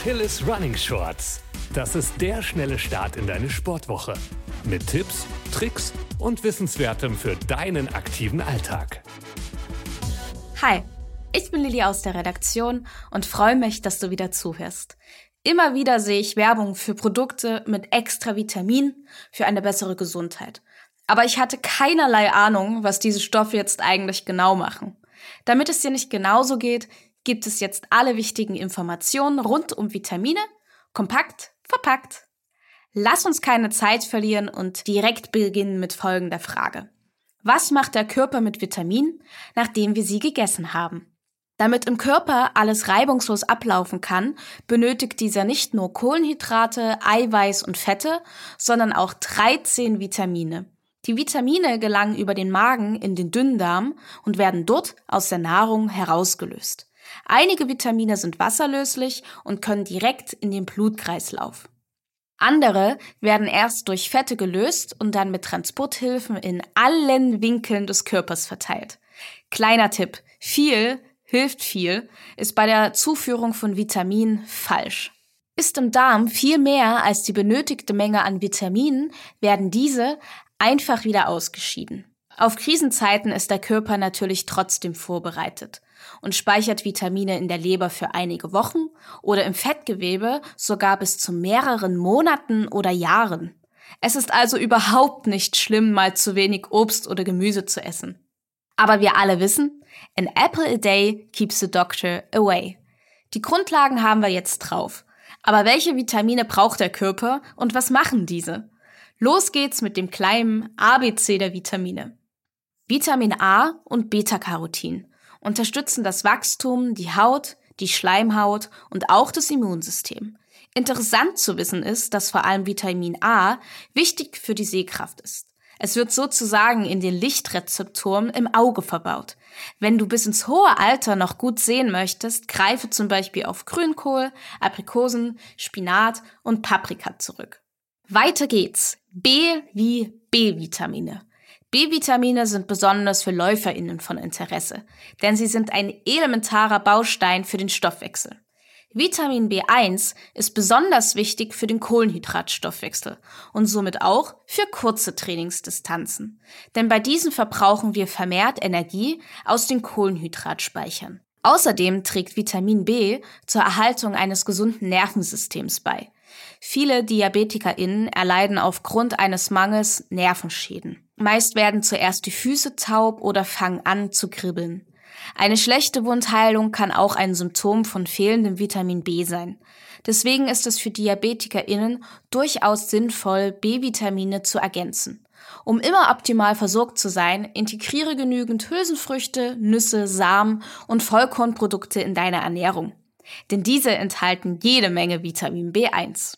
Achilles Running Shorts. Das ist der schnelle Start in deine Sportwoche. Mit Tipps, Tricks und Wissenswertem für deinen aktiven Alltag. Hi, ich bin Lilly aus der Redaktion und freue mich, dass du wieder zuhörst. Immer wieder sehe ich Werbung für Produkte mit extra Vitaminen für eine bessere Gesundheit. Aber ich hatte keinerlei Ahnung, was diese Stoffe jetzt eigentlich genau machen. Damit es dir nicht genauso geht, gibt es jetzt alle wichtigen Informationen rund um Vitamine, kompakt verpackt. Lass uns keine Zeit verlieren und direkt beginnen mit folgender Frage. Was macht der Körper mit Vitaminen, nachdem wir sie gegessen haben? Damit im Körper alles reibungslos ablaufen kann, benötigt dieser nicht nur Kohlenhydrate, Eiweiß und Fette, sondern auch 13 Vitamine. Die Vitamine gelangen über den Magen in den Dünndarm und werden dort aus der Nahrung herausgelöst. Einige Vitamine sind wasserlöslich und können direkt in den Blutkreislauf. Andere werden erst durch Fette gelöst und dann mit Transporthilfen in allen Winkeln des Körpers verteilt. Kleiner Tipp, viel hilft viel, ist bei der Zuführung von Vitaminen falsch. Ist im Darm viel mehr als die benötigte Menge an Vitaminen, werden diese einfach wieder ausgeschieden. Auf Krisenzeiten ist der Körper natürlich trotzdem vorbereitet und speichert Vitamine in der Leber für einige Wochen oder im Fettgewebe sogar bis zu mehreren Monaten oder Jahren. Es ist also überhaupt nicht schlimm, mal zu wenig Obst oder Gemüse zu essen. Aber wir alle wissen, an apple a day keeps the doctor away. Die Grundlagen haben wir jetzt drauf. Aber welche Vitamine braucht der Körper und was machen diese? Los geht's mit dem kleinen ABC der Vitamine. Vitamin A und Beta-Carotin unterstützen das Wachstum, die Haut, die Schleimhaut und auch das Immunsystem. Interessant zu wissen ist, dass vor allem Vitamin A wichtig für die Sehkraft ist. Es wird sozusagen in den Lichtrezeptoren im Auge verbaut. Wenn du bis ins hohe Alter noch gut sehen möchtest, greife zum Beispiel auf Grünkohl, Aprikosen, Spinat und Paprika zurück. Weiter geht's. B wie B-Vitamine. B-Vitamine sind besonders für LäuferInnen von Interesse, denn sie sind ein elementarer Baustein für den Stoffwechsel. Vitamin B1 ist besonders wichtig für den Kohlenhydratstoffwechsel und somit auch für kurze Trainingsdistanzen. Denn bei diesen verbrauchen wir vermehrt Energie aus den Kohlenhydratspeichern. Außerdem trägt Vitamin B zur Erhaltung eines gesunden Nervensystems bei. Viele DiabetikerInnen erleiden aufgrund eines Mangels Nervenschäden. Meist werden zuerst die Füße taub oder fangen an zu kribbeln. Eine schlechte Wundheilung kann auch ein Symptom von fehlendem Vitamin B sein. Deswegen ist es für DiabetikerInnen durchaus sinnvoll, B-Vitamine zu ergänzen. Um immer optimal versorgt zu sein, integriere genügend Hülsenfrüchte, Nüsse, Samen und Vollkornprodukte in deine Ernährung. Denn diese enthalten jede Menge Vitamin B1.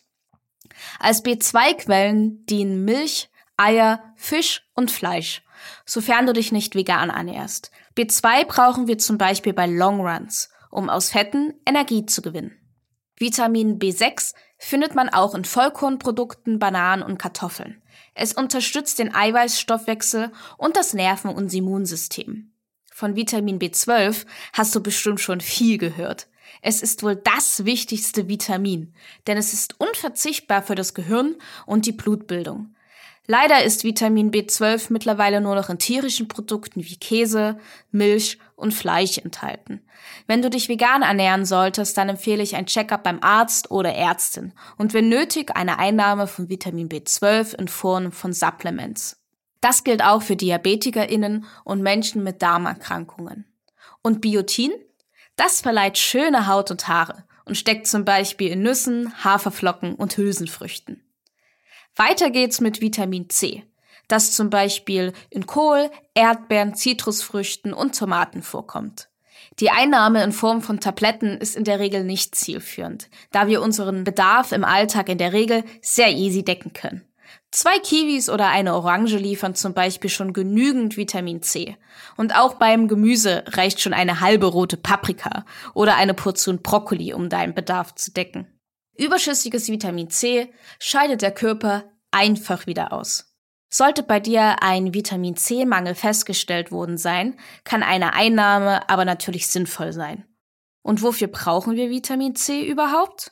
Als B2-Quellen dienen Milch, Eier, Fisch und Fleisch, sofern du dich nicht vegan ernährst. B2 brauchen wir zum Beispiel bei Longruns, um aus Fetten Energie zu gewinnen. Vitamin B6 findet man auch in Vollkornprodukten, Bananen und Kartoffeln. Es unterstützt den Eiweißstoffwechsel und das Nerven- und Immunsystem. Von Vitamin B12 hast du bestimmt schon viel gehört. Es ist wohl das wichtigste Vitamin, denn es ist unverzichtbar für das Gehirn und die Blutbildung. Leider ist Vitamin B12 mittlerweile nur noch in tierischen Produkten wie Käse, Milch und Fleisch enthalten. Wenn du dich vegan ernähren solltest, dann empfehle ich ein Check-up beim Arzt oder Ärztin und wenn nötig eine Einnahme von Vitamin B12 in Form von Supplements. Das gilt auch für DiabetikerInnen und Menschen mit Darmerkrankungen. Und Biotin? Das verleiht schöne Haut und Haare und steckt zum Beispiel in Nüssen, Haferflocken und Hülsenfrüchten. Weiter geht's mit Vitamin C, das zum Beispiel in Kohl, Erdbeeren, Zitrusfrüchten und Tomaten vorkommt. Die Einnahme in Form von Tabletten ist in der Regel nicht zielführend, da wir unseren Bedarf im Alltag in der Regel sehr easy decken können. 2 Kiwis oder eine Orange liefern zum Beispiel schon genügend Vitamin C. Und auch beim Gemüse reicht schon eine halbe rote Paprika oder eine Portion Brokkoli, um deinen Bedarf zu decken. Überschüssiges Vitamin C scheidet der Körper einfach wieder aus. Sollte bei dir ein Vitamin-C-Mangel festgestellt worden sein, kann eine Einnahme aber natürlich sinnvoll sein. Und wofür brauchen wir Vitamin C überhaupt?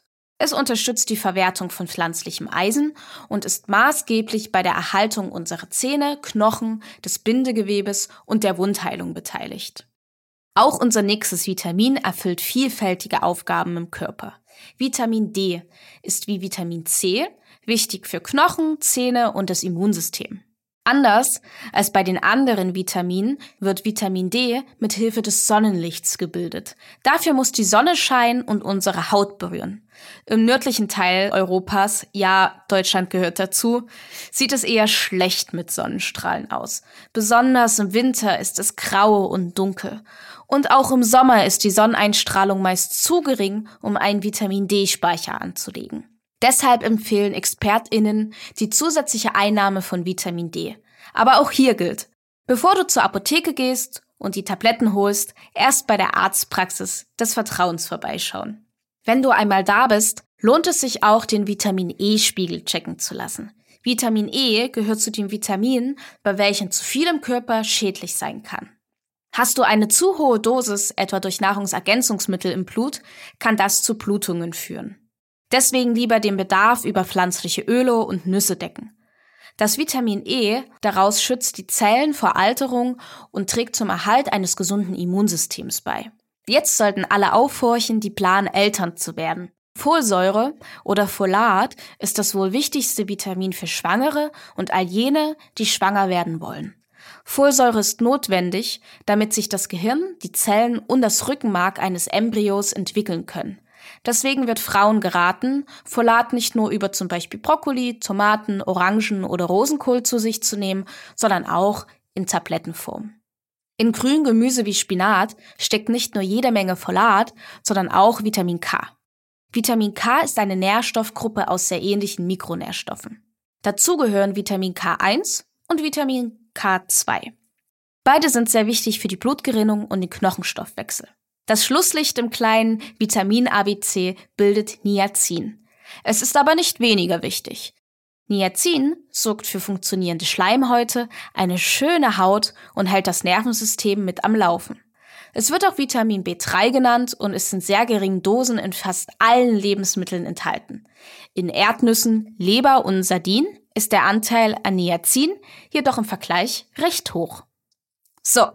Es unterstützt die Verwertung von pflanzlichem Eisen und ist maßgeblich bei der Erhaltung unserer Zähne, Knochen, des Bindegewebes und der Wundheilung beteiligt. Auch unser nächstes Vitamin erfüllt vielfältige Aufgaben im Körper. Vitamin D ist wie Vitamin C wichtig für Knochen, Zähne und das Immunsystem. Anders als bei den anderen Vitaminen wird Vitamin D mit Hilfe des Sonnenlichts gebildet. Dafür muss die Sonne scheinen und unsere Haut berühren. Im nördlichen Teil Europas, ja, Deutschland gehört dazu, sieht es eher schlecht mit Sonnenstrahlen aus. Besonders im Winter ist es grau und dunkel. Und auch im Sommer ist die Sonneneinstrahlung meist zu gering, um einen Vitamin-D-Speicher anzulegen. Deshalb empfehlen ExpertInnen die zusätzliche Einnahme von Vitamin D. Aber auch hier gilt, bevor du zur Apotheke gehst und die Tabletten holst, erst bei der Arztpraxis des Vertrauens vorbeischauen. Wenn du einmal da bist, lohnt es sich auch, den Vitamin-E-Spiegel checken zu lassen. Vitamin E gehört zu den Vitaminen, bei welchen zu viel im Körper schädlich sein kann. Hast du eine zu hohe Dosis, etwa durch Nahrungsergänzungsmittel im Blut, kann das zu Blutungen führen. Deswegen lieber den Bedarf über pflanzliche Öle und Nüsse decken. Das Vitamin E daraus schützt die Zellen vor Alterung und trägt zum Erhalt eines gesunden Immunsystems bei. Jetzt sollten alle aufhorchen, die planen, Eltern zu werden. Folsäure oder Folat ist das wohl wichtigste Vitamin für Schwangere und all jene, die schwanger werden wollen. Folsäure ist notwendig, damit sich das Gehirn, die Zellen und das Rückenmark eines Embryos entwickeln können. Deswegen wird Frauen geraten, Folat nicht nur über zum Beispiel Brokkoli, Tomaten, Orangen oder Rosenkohl zu sich zu nehmen, sondern auch in Tablettenform. In grünem Gemüse wie Spinat steckt nicht nur jede Menge Folat, sondern auch Vitamin K. Vitamin K ist eine Nährstoffgruppe aus sehr ähnlichen Mikronährstoffen. Dazu gehören Vitamin K1 und Vitamin K2. Beide sind sehr wichtig für die Blutgerinnung und den Knochenstoffwechsel. Das Schlusslicht im kleinen Vitamin-ABC bildet Niacin. Es ist aber nicht weniger wichtig. Niacin sorgt für funktionierende Schleimhäute, eine schöne Haut und hält das Nervensystem mit am Laufen. Es wird auch Vitamin B3 genannt und ist in sehr geringen Dosen in fast allen Lebensmitteln enthalten. In Erdnüssen, Leber und Sardinen ist der Anteil an Niacin jedoch im Vergleich recht hoch. So,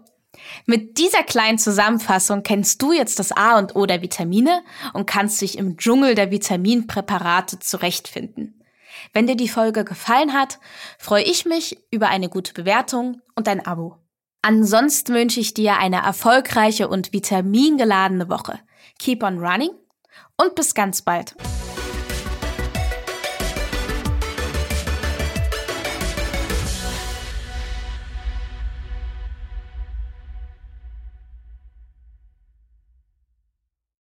mit dieser kleinen Zusammenfassung kennst du jetzt das A und O der Vitamine und kannst dich im Dschungel der Vitaminpräparate zurechtfinden. Wenn dir die Folge gefallen hat, freue ich mich über eine gute Bewertung und ein Abo. Ansonsten wünsche ich dir eine erfolgreiche und vitamingeladene Woche. Keep on running und bis ganz bald.